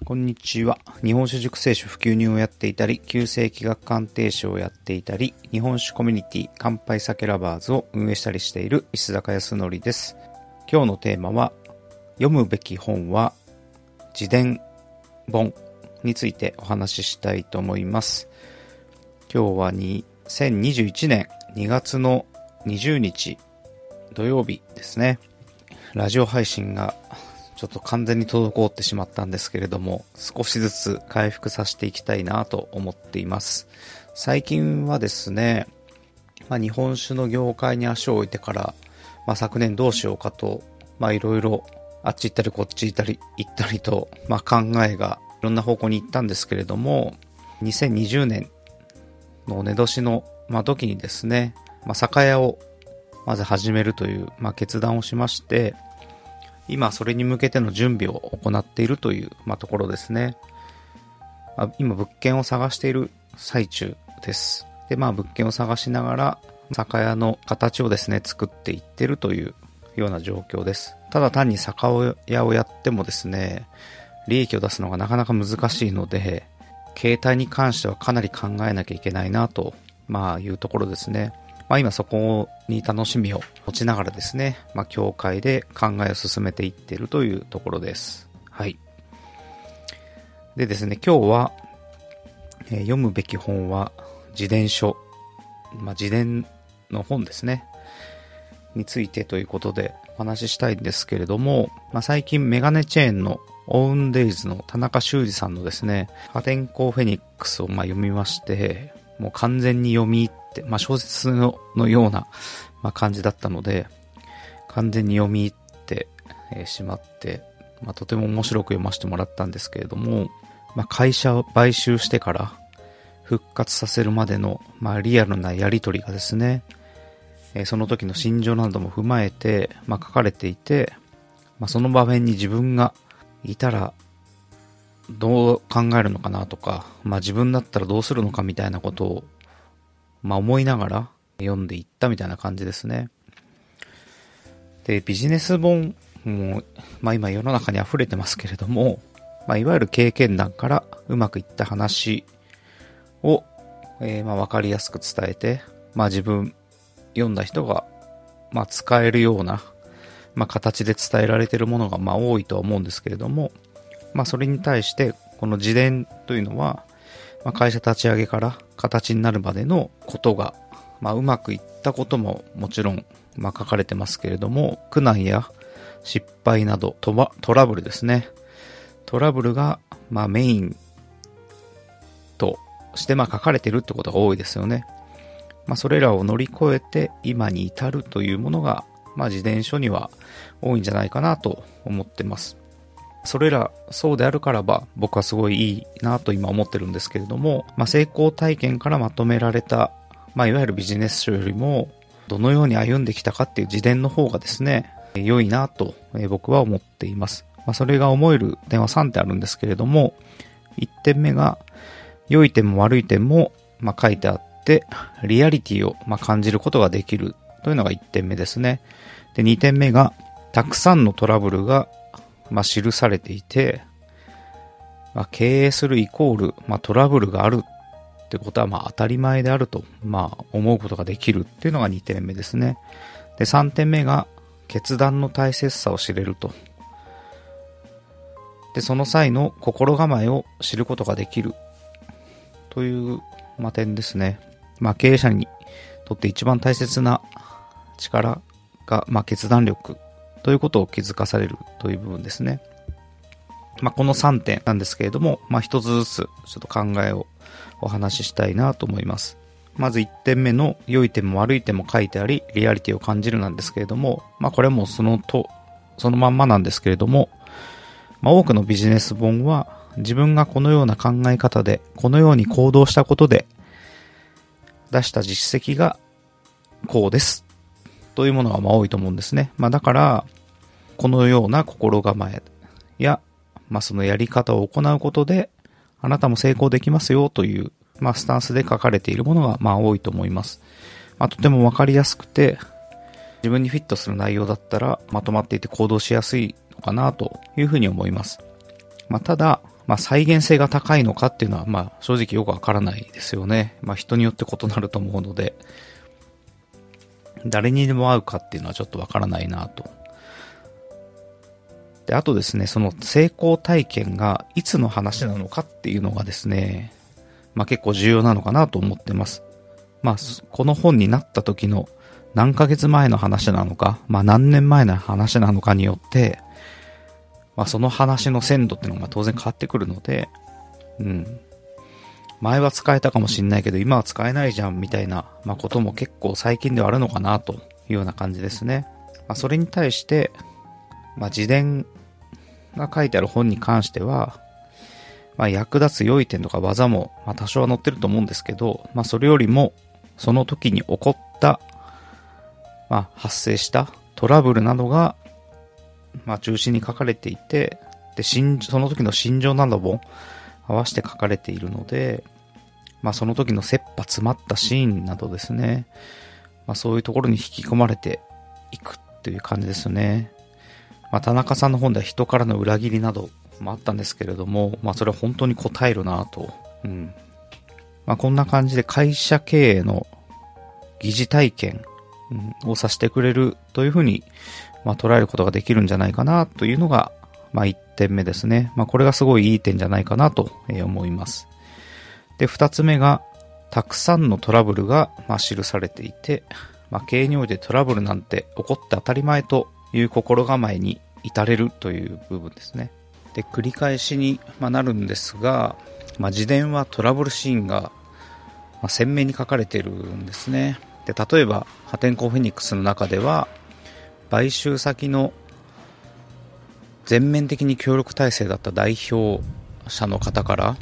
こんにちは。日本酒熟成酒普及人をやっていたり、旧世紀学鑑定士をやっていたり、日本酒コミュニティ乾杯酒ラバーズを運営したりしている石坂康則です。今日のテーマは、読むべき本は自伝本についてお話ししたいと思います。今日は2021年2月の20日土曜日ですね。ラジオ配信がちょっと完全に滞ってしまったんですけれども、少しずつ回復させていきたいなと思っています。最近はですね、日本酒の業界に足を置いてから、昨年どうしようかと、いろいろあっち行ったりこっち行ったりと、考えがいろんな方向に行ったんですけれども、2020年の寝年の、時にですね、酒屋をまず始めるという、決断をしまして、今それに向けての準備を行っているという、ところですね。今物件を探している最中です。で、物件を探しながら酒屋の形をですね作っていってるというような状況です。ただ単に酒屋をやってもですね、利益を出すのがなかなか難しいので、経営に関してはかなり考えなきゃいけないなと、いうところですね。今そこに楽しみを持ちながらですね、協会で考えを進めていっているというところです。はい。でですね、今日は、読むべき本は自伝書、自伝の本ですね、についてということでお話ししたいんですけれども、最近メガネチェーンのオウンデイズの田中修二さんのですね、破天荒フェニックスを読みまして、もう完全に読み入って、小説のような、感じだったので、完全に読み入ってしまって、とても面白く読ませてもらったんですけれども、会社を買収してから復活させるまでの、リアルなやり取りがですね、その時の心情なども踏まえて、書かれていて、その場面に自分がいたらどう考えるのかなとか、自分だったらどうするのかみたいなことを、思いながら読んでいったみたいな感じですね。で、ビジネス本も、今世の中に溢れてますけれども、いわゆる経験談からうまくいった話を、わかりやすく伝えて、自分読んだ人が、使えるような、形で伝えられているものが、多いとは思うんですけれども、それに対してこの自伝というのは、会社立ち上げから形になるまでのことが、うまくいったことももちろん、書かれてますけれども、苦難や失敗などトラブルですね。トラブルが、メインとして書かれているってことが多いですよね。それらを乗り越えて今に至るというものが、自伝書には多いんじゃないかなと思ってます。それらそうであるからば僕はすごいいいなと今思ってるんですけれども、成功体験からまとめられた、いわゆるビジネス書よりもどのように歩んできたかっていう自伝の方がですね、良いなと僕は思っています。それが思える点は3点あるんですけれども、1点目が良い点も悪い点も書いてあってリアリティを感じることができるというのが1点目ですね。で、2点目がたくさんのトラブルが記されていて、経営するイコール、トラブルがあるってことは当たり前であると、思うことができるっていうのが2点目ですね。で、3点目が決断の大切さを知れると。で、その際の心構えを知ることができるという、点ですね。経営者にとって一番大切な力が、決断力ということを気づかされるという部分ですね。この3点なんですけれども、一つずつちょっと考えをお話ししたいなと思います。まず1点目の良い点も悪い点も書いてあり、リアリティを感じるなんですけれども、これもそのまんまなんですけれども、多くのビジネス本は自分がこのような考え方で、このように行動したことで出した実績がこうですというものが多いと思うんですね。だからこのような心構えや、そのやり方を行うことであなたも成功できますよという、スタンスで書かれているものが多いと思います。とてもわかりやすくて自分にフィットする内容だったらまとまっていて行動しやすいのかなというふうに思います。ただ再現性が高いのかっていうのは、正直よくわからないですよね。人によって異なると思うので、誰にでも合うかっていうのはちょっとわからないなと。で、あとですね、その成功体験がいつの話なのかっていうのがですね、結構重要なのかなと思ってます。この本になった時の何ヶ月前の話なのか、何年前の話なのかによって、その話の鮮度っていうのが当然変わってくるので、前は使えたかもしれないけど、今は使えないじゃんみたいな、ことも結構最近ではあるのかなというような感じですね。それに対して、自伝が書いてある本に関しては、役立つ良い点とか技も、多少は載ってると思うんですけど、それよりも、その時に起こった、発生したトラブルなどが、中心に書かれていて、で、その時の心情なども合わせて書かれているので、その時の切羽詰まったシーンなどですね、そういうところに引き込まれていくっていう感じですね。田中さんの本では人からの裏切りなどもあったんですけれども、それは本当に応えるなと。こんな感じで会社経営の疑似体験をさせてくれるというふうに、捉えることができるんじゃないかなというのが、1点目ですね。これがすごいいい点じゃないかなと思います。で、2つ目が、たくさんのトラブルが、記されていて、経営においてトラブルなんて起こって当たり前という心構えに至れるという部分ですね。で、繰り返しになるんですが、自伝はトラブルシーンが鮮明に書かれているんですね。で、例えば破天荒フェニックスの中では、買収先の全面的に協力体制だった代表者の方から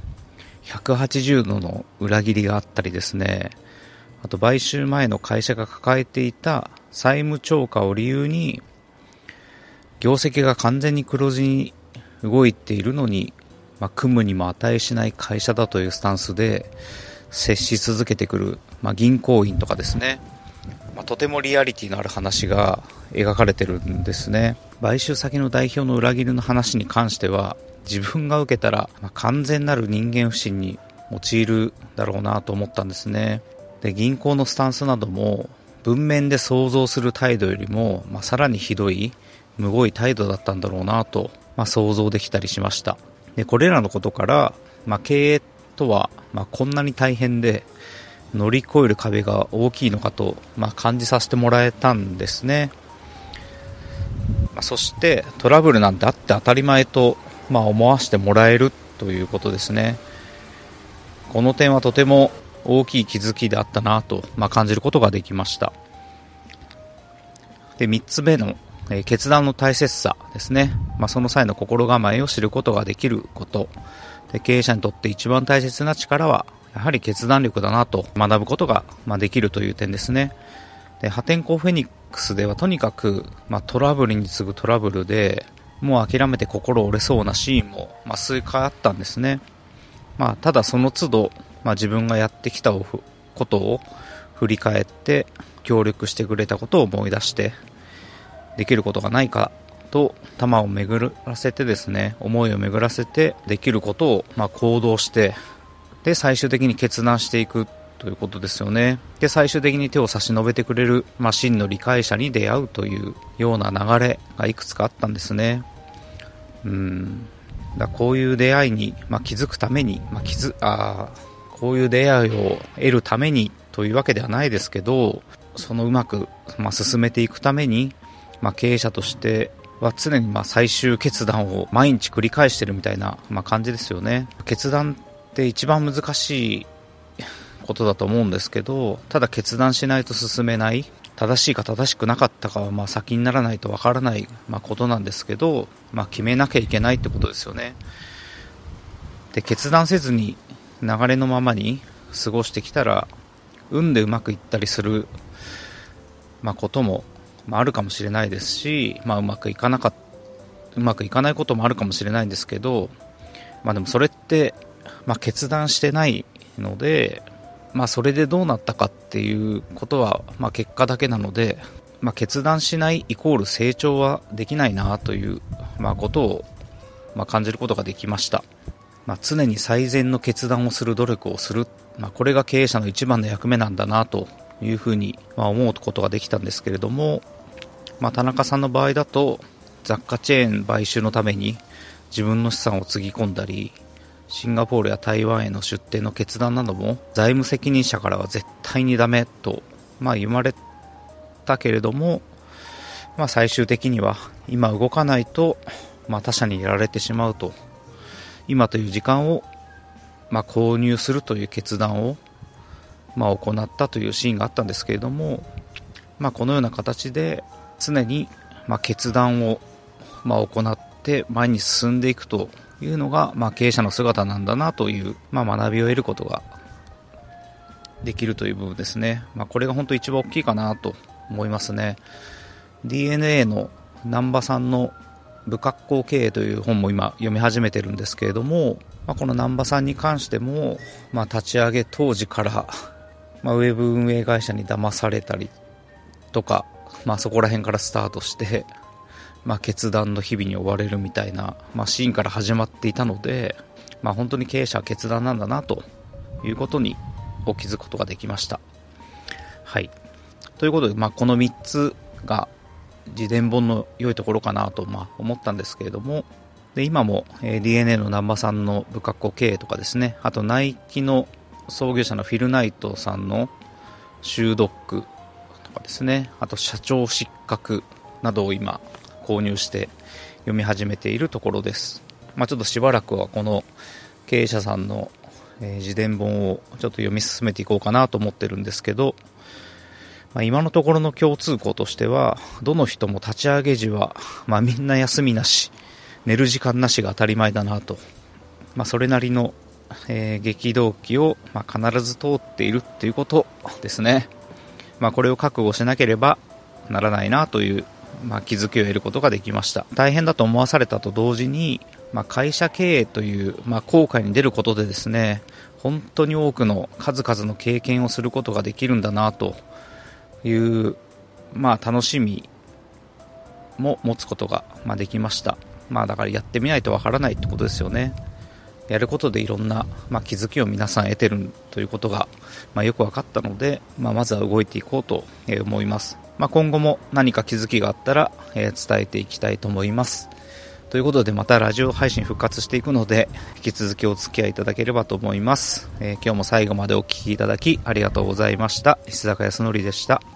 180度の裏切りがあったりですね、あと買収前の会社が抱えていた債務超過を理由に業績が完全に黒字に動いているのに、組むにも値しない会社だというスタンスで接し続けてくる、銀行員とかですね、とてもリアリティのある話が描かれてるんですね。買収先の代表の裏切りの話に関しては、自分が受けたら、完全なる人間不信に陥るだろうなと思ったんですね。で、銀行のスタンスなども文面で想像する態度よりも、さらにひどいむごい態度だったんだろうなと、想像できたりしました。で、これらのことから、経営とは、こんなに大変で乗り越える壁が大きいのかと、感じさせてもらえたんですね。そしてトラブルなんてあって当たり前と、思わせてもらえるということですね。この点はとても大きい気づきであったなと、感じることができました。で、3つ目の、決断の大切さですね。その際の心構えを知ることができること。で、経営者にとって一番大切な力はやはり決断力だなと学ぶことができるという点ですね。で、破天荒フェニックスではとにかく、トラブルに次ぐトラブルでもう諦めて心折れそうなシーンも、数回あったんですね。ただその都度、自分がやってきたことを振り返って協力してくれたことを思い出してできることがないかと頭を巡らせてですね、思いを巡らせてできることを行動して、で最終的に決断していくということですよね。で最終的に手を差し伸べてくれる、真の理解者に出会うというような流れがいくつかあったんですね。こういう出会いに、気づくために、こういう出会いを得るためにというわけではないですけど、そのうまく、進めていくために、経営者としては常に最終決断を毎日繰り返してるみたいな、感じですよね。決断って一番難しいことだと思うんですけど、ただ決断しないと進めない、正しいか正しくなかったかは先にならないとわからない、ことなんですけど、決めなきゃいけないってことですよね。で、決断せずに流れのままに過ごしてきたら運でうまくいったりする、ことも、あるかもしれないですし、うまくいかないこともあるかもしれないんですけど、でもそれって、決断してないので、それでどうなったかっていうことは、結果だけなので、決断しないイコール成長はできないなという、ことを、感じることができました。 常に最善の決断をする努力をする、これが経営者の一番の役目なんだなというふうに思うことができたんですけれども、田中さんの場合だと雑貨チェーン買収のために自分の資産をつぎ込んだり、シンガポールや台湾への出店の決断なども財務責任者からは絶対にダメと、言われたけれども、最終的には今動かないと、他社にやられてしまうと、今という時間を、購入するという決断を、行ったというシーンがあったんですけれども、このような形で常に、決断を、行って前に進んでいくというのが、経営者の姿なんだなという、学びを得ることができるという部分ですね。これが本当一番大きいかなと思いますね。DNA の南波さんの不格好経営という本も今読み始めてるんですけれども、この南波さんに関しても、立ち上げ当時から、ウェブ運営会社に騙されたりとか、そこら辺からスタートして、決断の日々に追われるみたいな、シーンから始まっていたので、本当に経営者は決断なんだなということにお気づくことができました。はい。ということで、この3つが自伝本の良いところかなと思ったんですけれども、で今も DNA の南波さんの不格好経営とかですね、あとナイキの創業者のフィル・ナイトさんのシュードックとかですね、あと社長失格などを今購入して読み始めているところです。ちょっとしばらくはこの経営者さんの自伝本をちょっと読み進めていこうかなと思ってるんですけど、今のところの共通項としては、どの人も立ち上げ時は、みんな休みなし、寝る時間なしが当たり前だなと、それなりの、激動期を、必ず通っているっていうことですね。これを覚悟しなければならないなという、気づきを得ることができました。大変だと思わされたと同時に、会社経営という、後悔に出ることでですね、本当に多くの数々の経験をすることができるんだなという、楽しみも持つことが、できました。だからやってみないとわからないってことですよね。やることでいろんな、気づきを皆さん得てるということが、よく分かったので、まずは動いていこうと思います。今後も何か気づきがあったら、伝えていきたいと思います。ということで、またラジオ配信復活していくので、引き続きお付き合いいただければと思います。今日も最後までお聞きいただきありがとうございました。石坂康則でした。